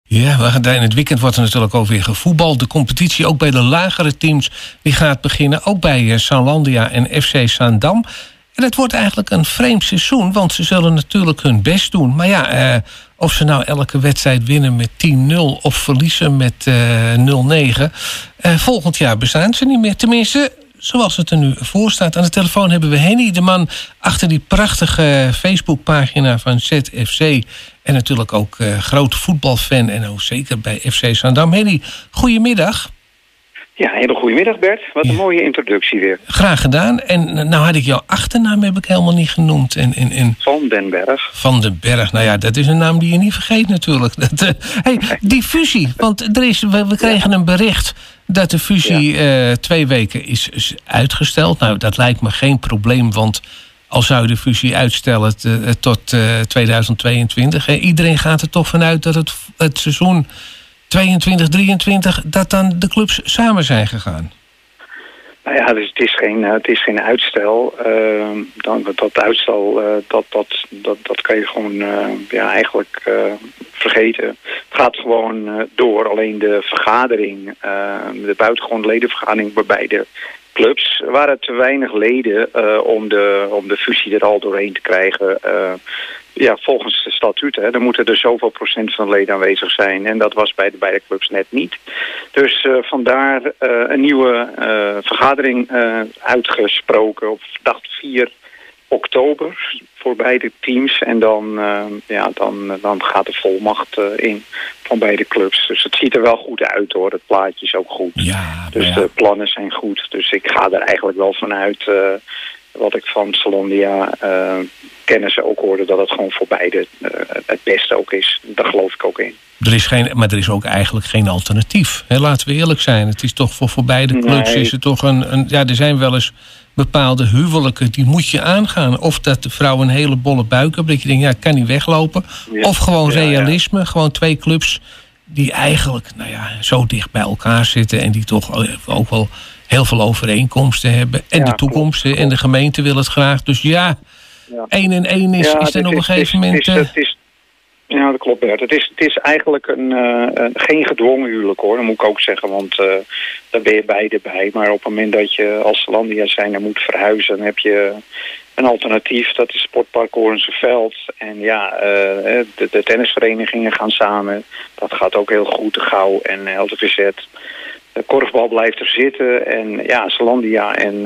Ja, in het weekend wordt er natuurlijk ook weer gevoetbald. De competitie, ook bij de lagere teams, die gaat beginnen. Ook bij Zalandia en FC Zaandam. En het wordt eigenlijk een vreemd seizoen, want ze zullen natuurlijk hun best doen. Maar ja, of ze nou elke wedstrijd winnen met 10-0 of verliezen met 0-9... volgend jaar bestaan ze niet meer. Tenminste, zoals het er nu voor staat. Aan de telefoon hebben we Henny, de man achter die prachtige Facebookpagina van ZFC. En natuurlijk ook groot voetbalfan en ook zeker bij FC Zaandam. Henny, goedemiddag. Ja, hele goedemiddag Bert. Wat een mooie introductie weer. Graag gedaan. En nou had ik jouw achternaam heb ik helemaal niet genoemd. Van den Berg. Van den Berg. Nou ja, dat is een naam die je niet vergeet natuurlijk. Die fusie. Want we kregen een bericht dat de fusie 2 weken is uitgesteld. Nou, dat lijkt me geen probleem, want al zou je de fusie uitstellen tot 2022. Iedereen gaat er toch vanuit dat het seizoen 22-23... dat dan de clubs samen zijn gegaan. Nou ja, dus het is geen uitstel. Dat uitstel, dat kan je gewoon eigenlijk vergeten. Het gaat gewoon door. Alleen de vergadering, de buitengewone ledenvergadering bij beide clubs, waren te weinig leden om de fusie er al doorheen te krijgen. Volgens de statuten, dan moeten er zoveel procent van de leden aanwezig zijn. En dat was bij de beide clubs net niet. Dus vandaar een nieuwe vergadering uitgesproken op dag 4 oktober voor beide teams. En dan gaat de volmacht in van beide clubs. Dus het ziet er wel goed uit hoor. Het plaatje is ook goed. Ja, dus de plannen zijn goed. Dus ik ga er eigenlijk wel vanuit wat ik van Zalandia kennissen ook hoorde, dat het gewoon voor beide het beste ook is. Daar geloof ik ook in. Maar er is ook eigenlijk geen alternatief. Hè? Laten we eerlijk zijn. Het is toch voor beide clubs is het toch er zijn wel eens bepaalde huwelijken, die moet je aangaan. Of dat de vrouw een hele bolle buik heeft, dat je denkt, ik kan niet weglopen. Ja, of gewoon realisme. Gewoon 2 clubs die eigenlijk zo dicht bij elkaar zitten en die toch ook wel heel veel overeenkomsten hebben. En de toekomst, klopt. En de gemeente wil het graag. Dus 1 en 1 is dan op een gegeven moment. Ja, dat klopt Bert. Het is eigenlijk geen gedwongen huwelijk hoor, dat moet ik ook zeggen, want daar ben je beide bij. Maar op het moment dat je als Zalandia zijnde moet verhuizen, dan heb je een alternatief. Dat is Sportpark Hoornseveld. En de tennisverenigingen gaan samen. Dat gaat ook heel goed, de Gouw en LTVZ. De korfbal blijft er zitten en Zalandia en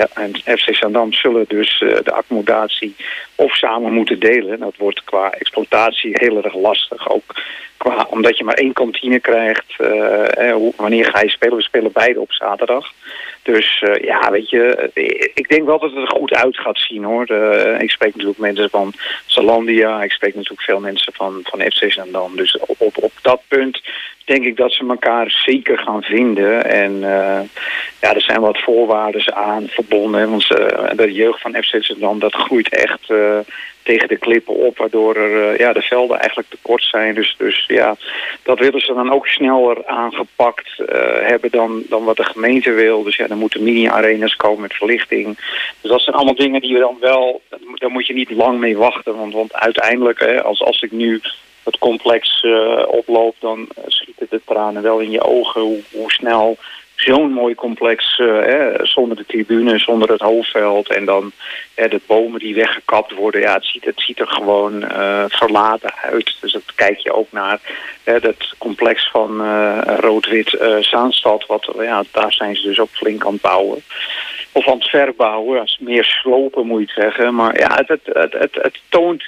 FC Zaandam zullen dus de accommodatie of samen moeten delen. Dat wordt qua exploitatie heel erg lastig. Ook omdat je maar 1 kantine krijgt. Wanneer ga je spelen? We spelen beide op zaterdag. Dus weet je, ik denk wel dat het er goed uit gaat zien hoor. Ik spreek natuurlijk mensen van Zalandia, ik spreek natuurlijk veel mensen van FC Zaandam. Dus op dat punt denk ik dat ze elkaar zeker gaan vinden. En er zijn wat voorwaarden aan verbonden. Want de jeugd van FC Zaandam, dat groeit echt tegen de klippen op, waardoor er de velden eigenlijk te kort zijn. Dus dat willen ze dan ook sneller aangepakt hebben dan wat de gemeente wil. Dus dan moeten mini-arenas komen met verlichting. Dus dat zijn allemaal dingen die we dan wel, daar moet je niet lang mee wachten. Want uiteindelijk, als ik nu het complex oploop, dan schieten de tranen wel in je ogen hoe snel zo'n mooi complex, zonder de tribune, zonder het hoofdveld en dan de bomen die weggekapt worden. Ja, het ziet er gewoon verlaten uit. Dus dat kijk je ook naar dat complex van Rood-Wit Zaanstad. Daar zijn ze dus ook flink aan het bouwen. Of aan het verbouwen, meer slopen moet je zeggen. Maar het toont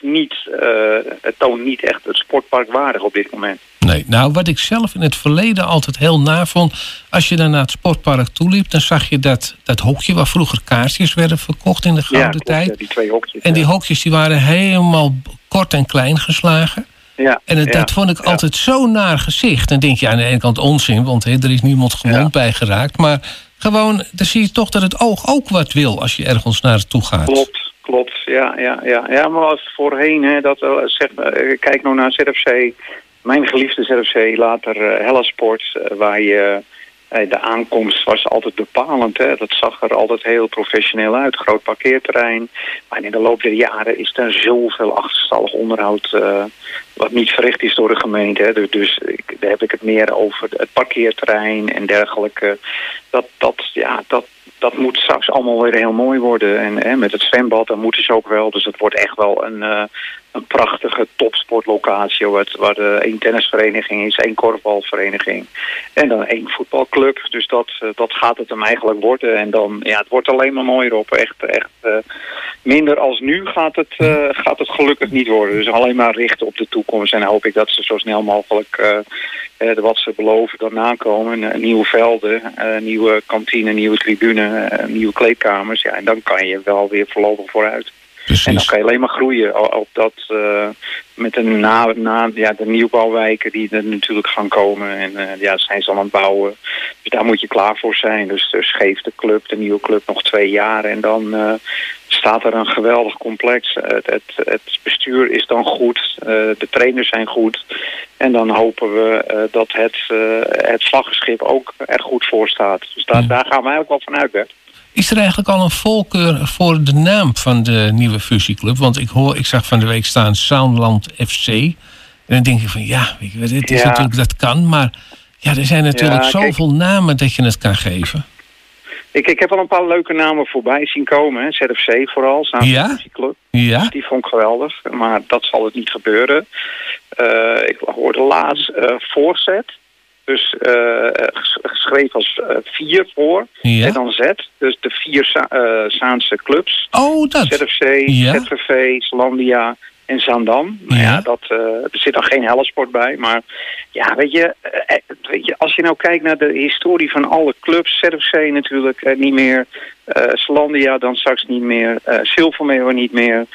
niet echt het sportpark waardig op dit moment. Nee, nou wat ik zelf in het verleden altijd heel vond, als je dan naar het sportpark toeliep, dan zag je dat hokje waar vroeger kaartjes werden verkocht in de gouden tijd. Ja, die 2 hokjes. En die hokjes die waren helemaal kort en klein geslagen. Ja, en dat vond ik altijd zo naar gezicht. Dan denk je aan de ene kant onzin, want er is niemand gewond bij geraakt. Maar gewoon, dan zie je toch dat het oog ook wat wil als je ergens naartoe gaat. Klopt. Ja, maar voorheen, kijk nou naar ZFC. Mijn geliefde ZFC, later Hellasport, waar je De aankomst was altijd bepalend. Hè? Dat zag er altijd heel professioneel uit. Groot parkeerterrein. Maar in de loop der jaren is er zoveel achterstallig onderhoud wat niet verricht is door de gemeente. Hè? Dus daar heb ik het meer over het parkeerterrein en dergelijke. Dat moet straks allemaal weer heel mooi worden. En met het zwembad, dan moeten ze ook wel. Dus het wordt echt wel een prachtige topsportlocatie. Waar 1 tennisvereniging is, 1 korfbalvereniging. En dan 1 voetbalclub. Dus dat gaat het hem eigenlijk worden. En dan, het wordt alleen maar mooier op. Echt minder als nu gaat het gelukkig niet worden. Dus alleen maar richten op de toekomst. En dan hoop ik dat ze zo snel mogelijk wat ze beloven dan nakomen. Nieuwe velden, nieuwe kantine, nieuwe tribune, nieuwe kleedkamers. Ja, en dan kan je wel weer voorlopig vooruit. Precies. En dan kan je alleen maar groeien op dat met de nieuwbouwwijken die er natuurlijk gaan komen. En zijn ze al aan het bouwen. Dus daar moet je klaar voor zijn. Dus geeft de nieuwe club nog 2 jaar. En dan staat er een geweldig complex. Het bestuur is dan goed. De trainers zijn goed. En dan hopen we dat het vlaggenschip ook er goed voor staat. Dus daar gaan we eigenlijk wel van uit, Bert. Is er eigenlijk al een voorkeur voor de naam van de nieuwe fusieclub? Want ik zag van de week staan Soundland FC. En dan denk je van dit is natuurlijk, dat kan. Maar er zijn natuurlijk zoveel namen dat je het kan geven. Ik heb al een paar leuke namen voorbij zien komen. Hè. ZFC vooral, Soundland Fusieclub. Ja. Dus die vond ik geweldig. Maar dat zal het niet gebeuren. Ik hoorde laatst Voorzet. Dus geschreven als 4 voor en dan Z. Dus de 4 Zaanse clubs. Oh, dat. ZFC, ZVV, Zlandia en Zaandam. Ja. Er zit dan geen Hellesport bij. Maar weet je, als je nou kijkt naar de historie van alle clubs. ZFC natuurlijk niet meer. Zlandia dan straks niet meer. Zilvermeeuwen niet meer.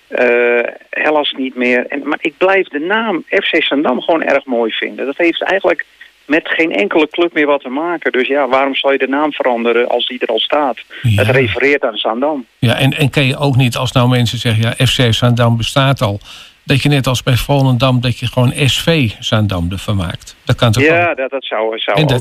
Hellas niet meer. Maar ik blijf de naam FC Zaandam gewoon erg mooi vinden. Dat heeft eigenlijk met geen enkele club meer wat te maken. Dus waarom zou je de naam veranderen als die er al staat? Ja. Het refereert aan Zaandam. Ja, en kan je ook niet, als nou mensen zeggen, FC Zaandam bestaat al, dat je net als bij Volendam, dat je gewoon SV Zaandam ervan maakt. Dat kan toch ook? Dat zou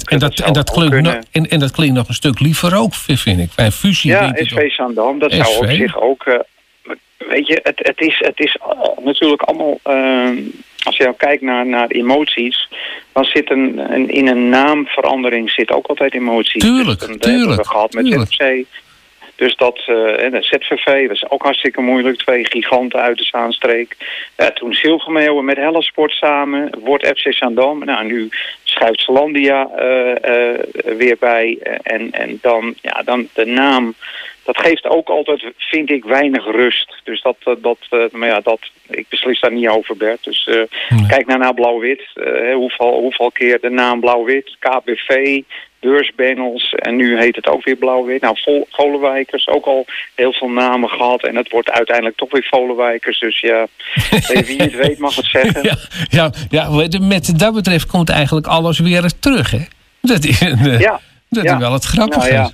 dat klinkt nog een stuk liever ook, vind ik. Bij een fusie. Ja, SV Zaandam, dat zou op zich ook. Weet je, het is natuurlijk allemaal. Als je nou kijkt naar emoties, dan zit in een naamverandering zit ook altijd emoties. Tuurlijk, dus dat hebben we gehad met ZFC. Dus de ZVV was ook hartstikke moeilijk. 2 giganten uit de Zaanstreek. Toen Zilvermeeuwen met Hellesport samen. Wordt FC Zaandam. Nou, nu schuift Zlandia weer bij. En dan de naam. Dat geeft ook altijd, vind ik, weinig rust. Dus ik beslis daar niet over, Bert. Dus kijk naar Blauw-Wit. Hoeveel keer de naam Blauw-Wit, KBV, Beursbengels. En nu heet het ook weer Blauw-Wit. Nou, Volenwijkers, ook al heel veel namen gehad. En het wordt uiteindelijk toch weer Volenwijkers. Dus wie het weet mag het zeggen. Met dat betreft komt eigenlijk alles weer terug, hè? Dat is wel het grappige. Nou,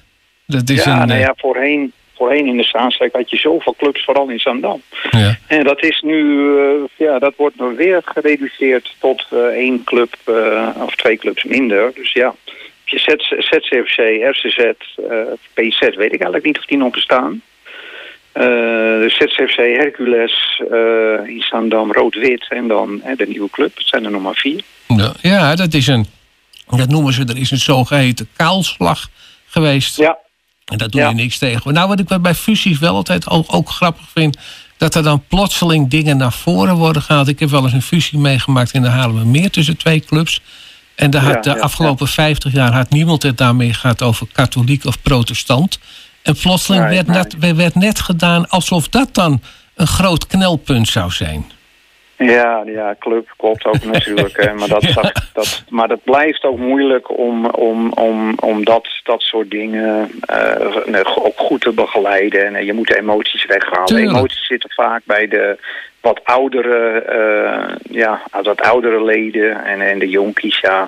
voorheen in de Zaanstreek had je zoveel clubs, vooral in Zaandam. Ja. En dat is nu, dat wordt nog weer gereduceerd tot 1 club of 2 clubs minder. Dus je ZCFC, RCZ, PZ, weet ik eigenlijk niet of die nog bestaan. De ZCFC, Hercules, in Zaandam, Rood-Wit en dan de nieuwe club. Het zijn er nog maar 4. Ja, dat noemen ze, er is een zogeheten kaalslag geweest. Ja. En daar doe je niks tegen. Nou, wat ik bij fusies wel altijd ook grappig vind, dat er dan plotseling dingen naar voren worden gehaald. Ik heb wel eens een fusie meegemaakt in de Haarlemmermeer tussen 2 clubs. En de afgelopen 50 jaar had niemand het daarmee gehad over katholiek of protestant. En plotseling werd net gedaan alsof dat dan een groot knelpunt zou zijn. Ja, club klopt ook natuurlijk. Maar dat blijft ook moeilijk om dat soort dingen ook goed te begeleiden. En je moet de emoties weghalen. Tuurlijk. Emoties zitten vaak bij de wat oudere leden en de jonkies.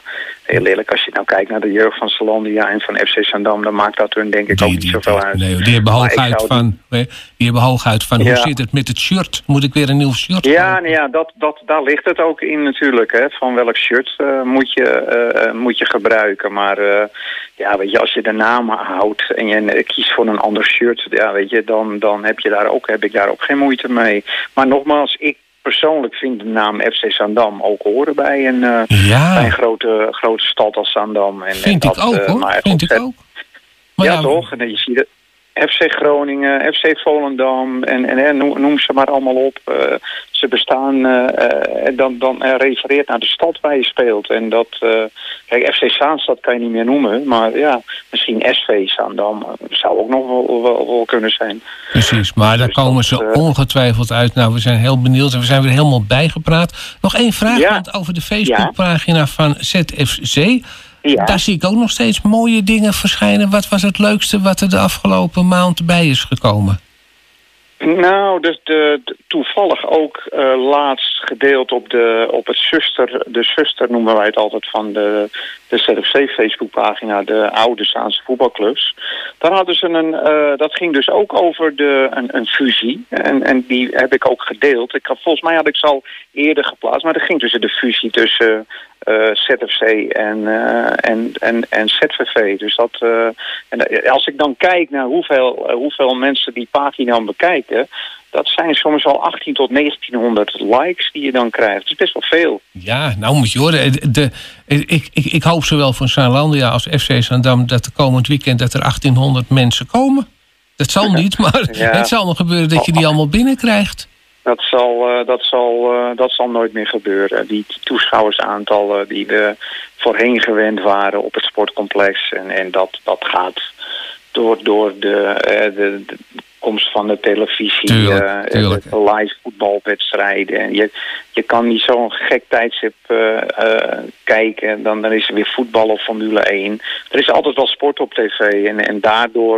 heel eerlijk, als je nou kijkt naar de jeugd van Zalandia en van FC Zandam, dan maakt dat hun denk ik ook niet zoveel uit. Nee, die hebben hooguit van hoe zit het met het shirt? Moet ik weer een nieuw shirt kopen? Ja, daar ligt het ook in natuurlijk. Hè, van welk shirt moet je gebruiken. Maar weet je, als je de naam houdt en je kiest voor een ander shirt, weet je, dan heb ik daar ook geen moeite mee. Maar nogmaals, ik persoonlijk vind de naam FC Zandam ook horen bij een grote stad als Zandam. Vind ik ook, hoor. Vind ik ook. Maar toch? En je ziet het. FC Groningen, FC Volendam en noem ze maar allemaal op. Ze bestaan, dan refereert naar de stad waar je speelt. En dat, kijk, FC Zaanstad kan je niet meer noemen, maar ja, misschien SV Zaandam zou ook nog wel kunnen zijn. Precies, maar daar komen ze ongetwijfeld uit. Nou, we zijn heel benieuwd en we zijn weer helemaal bijgepraat. Nog één vraag, want over de Facebookpagina van ZFC. Ja. Daar zie ik ook nog steeds mooie dingen verschijnen. Wat was het leukste wat er de afgelopen maand bij is gekomen? Nou, dus toevallig ook laatst gedeeld op de zuster noemen wij het altijd van de ZFC Facebookpagina, de oude Zaanse voetbalclubs. Daar hadden ze dat ging dus ook over een fusie. En die heb ik ook gedeeld. Volgens mij had ik ze al eerder geplaatst, maar dat ging tussen de fusie tussen ZFC en ZVV. Dus en als ik dan kijk naar hoeveel mensen die pagina bekijken, dat zijn soms al 18 tot 1900 likes die je dan krijgt. Dat is best wel veel. Ja, nou moet je horen. Ik hoop zowel van Zaanlandia als FC Zandam dat de komend weekend dat er 1800 mensen komen. Dat zal niet, maar het zal nog gebeuren dat je die allemaal binnenkrijgt. Dat zal nooit meer gebeuren. Die toeschouwersaantallen die we voorheen gewend waren op het sportcomplex. En dat gaat door de komst van de televisie, tuurlijk. De live voetbalwedstrijden. En je kan niet zo'n gek tijdstip kijken. Dan is er weer voetbal of Formule 1. Er is altijd wel sport op tv. En daardoor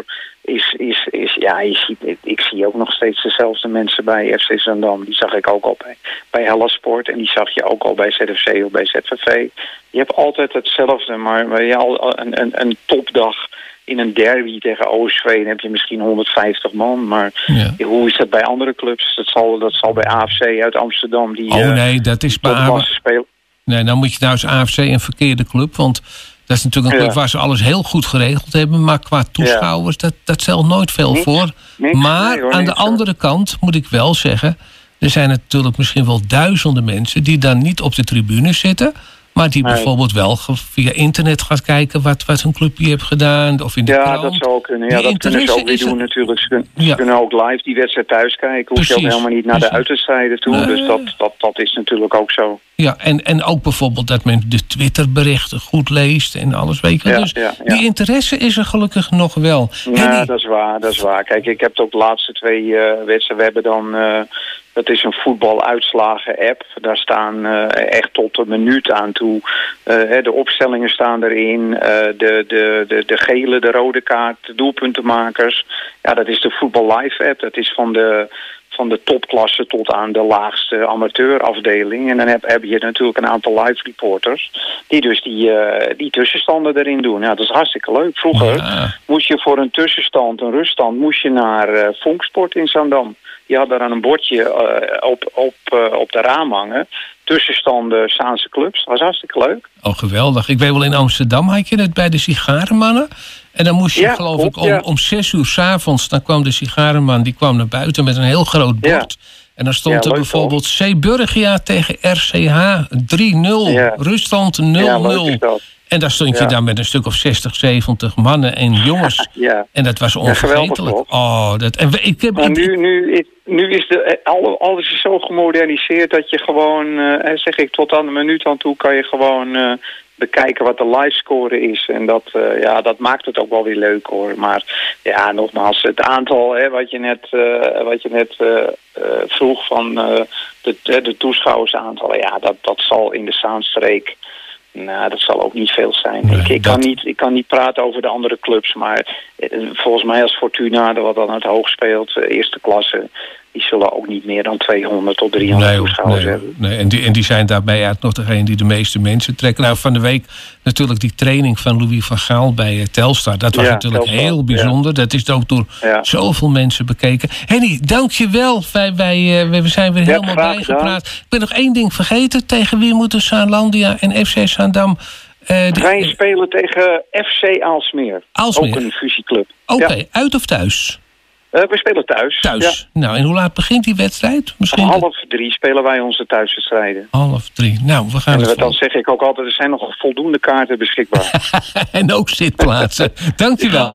ik zie ook nog steeds dezelfde mensen bij FC Zandam. Die zag ik ook al bij Hellasport. En die zag je ook al bij ZFC of bij ZVV. Je hebt altijd hetzelfde. Maar een topdag in een derby tegen OSV heb je misschien 150 man. Maar hoe is dat bij andere clubs? Dat zal bij AFC uit Amsterdam. Dat is bij Nee, dan moet je nou eens AFC een verkeerde club. Want dat is natuurlijk een club waar ze alles heel goed geregeld hebben. Maar qua toeschouwers, dat stelt nooit veel voor. Maar aan de andere kant moet ik wel zeggen, er zijn natuurlijk misschien wel duizenden mensen die dan niet op de tribune zitten, maar die bijvoorbeeld wel via internet gaat kijken wat een clubje heeft gedaan. Of in de krant. Dat zou kunnen. Ja, dat kunnen ze ook weer doen natuurlijk. Ze kunnen ook live die wedstrijd thuis kijken. Hoef je ook helemaal niet naar de uitwedstrijden toe. Nee. Dus dat is natuurlijk ook zo. Ja, en ook bijvoorbeeld dat men de Twitterberichten goed leest en alles. Weet je. Dus die interesse is er gelukkig nog wel. Ja, dat is waar. Kijk, ik heb ook de laatste 2 wedstrijden. We hebben dan dat is een voetbaluitslagen-app. Daar staan echt tot een minuut aan toe. De opstellingen staan erin. De gele, de rode kaart, de doelpuntenmakers. Ja, dat is de Voetbal Live app. Dat is van de topklasse tot aan de laagste amateurafdeling. En dan heb je natuurlijk een aantal live reporters die dus die tussenstanden erin doen. Ja, dat is hartstikke leuk. Vroeger moest je voor een tussenstand, een ruststand, moest je naar Vonksport in Zandam. Die had daar aan een bordje op de raam hangen. Tussenstanden Zaanse clubs. Dat was hartstikke leuk. Oh, geweldig. Ik weet wel, in Amsterdam had je het bij de Sigarenmannen. En dan moest je geloof ik om 6 uur 's avonds, dan kwam de Sigarenman, die kwam naar buiten met een heel groot bord. En dan stond er bijvoorbeeld C. Burgia tegen RCH 3-0. Ruststand 0-0. En daar stond je dan met een stuk of 60, 70 mannen en jongens. En dat was onvergetelijk. Nu is alles is zo gemoderniseerd dat je gewoon, zeg ik, tot aan de minuut aan toe kan je gewoon bekijken wat de livescore is. En dat maakt het ook wel weer leuk, hoor. Maar ja, nogmaals, het aantal wat je net vroeg van de toeschouwersaantallen, dat zal in de Zaanstreek. Nou, dat zal ook niet veel zijn. Nee, ik kan niet praten over de andere clubs, maar volgens mij als Fortuna, wat dan het hoog speelt, eerste klasse, die zullen ook niet meer dan 200 tot 300 toeschouwers hebben. Nee. En die zijn daarbij eigenlijk nog degene die de meeste mensen trekken. Nou, van de week natuurlijk die training van Louis van Gaal bij Telstar. Dat was natuurlijk Telstar, heel bijzonder. Ja. Dat is ook door zoveel mensen bekeken. Henny, dank je wel. We zijn weer helemaal bijgepraat. Ik ben nog één ding vergeten. Tegen wie moeten Zaanlandia en FC Zaandam... Wij spelen tegen FC Aalsmeer. Ook een fusieclub. Oké, uit of thuis? We spelen thuis. Thuis. Ja. Nou, en hoe laat begint die wedstrijd? Misschien 2:30 spelen wij onze thuiswedstrijden. 2:30. Nou, we gaan. En dan zeg ik ook altijd, er zijn nog voldoende kaarten beschikbaar. En ook zitplaatsen. Dank je wel.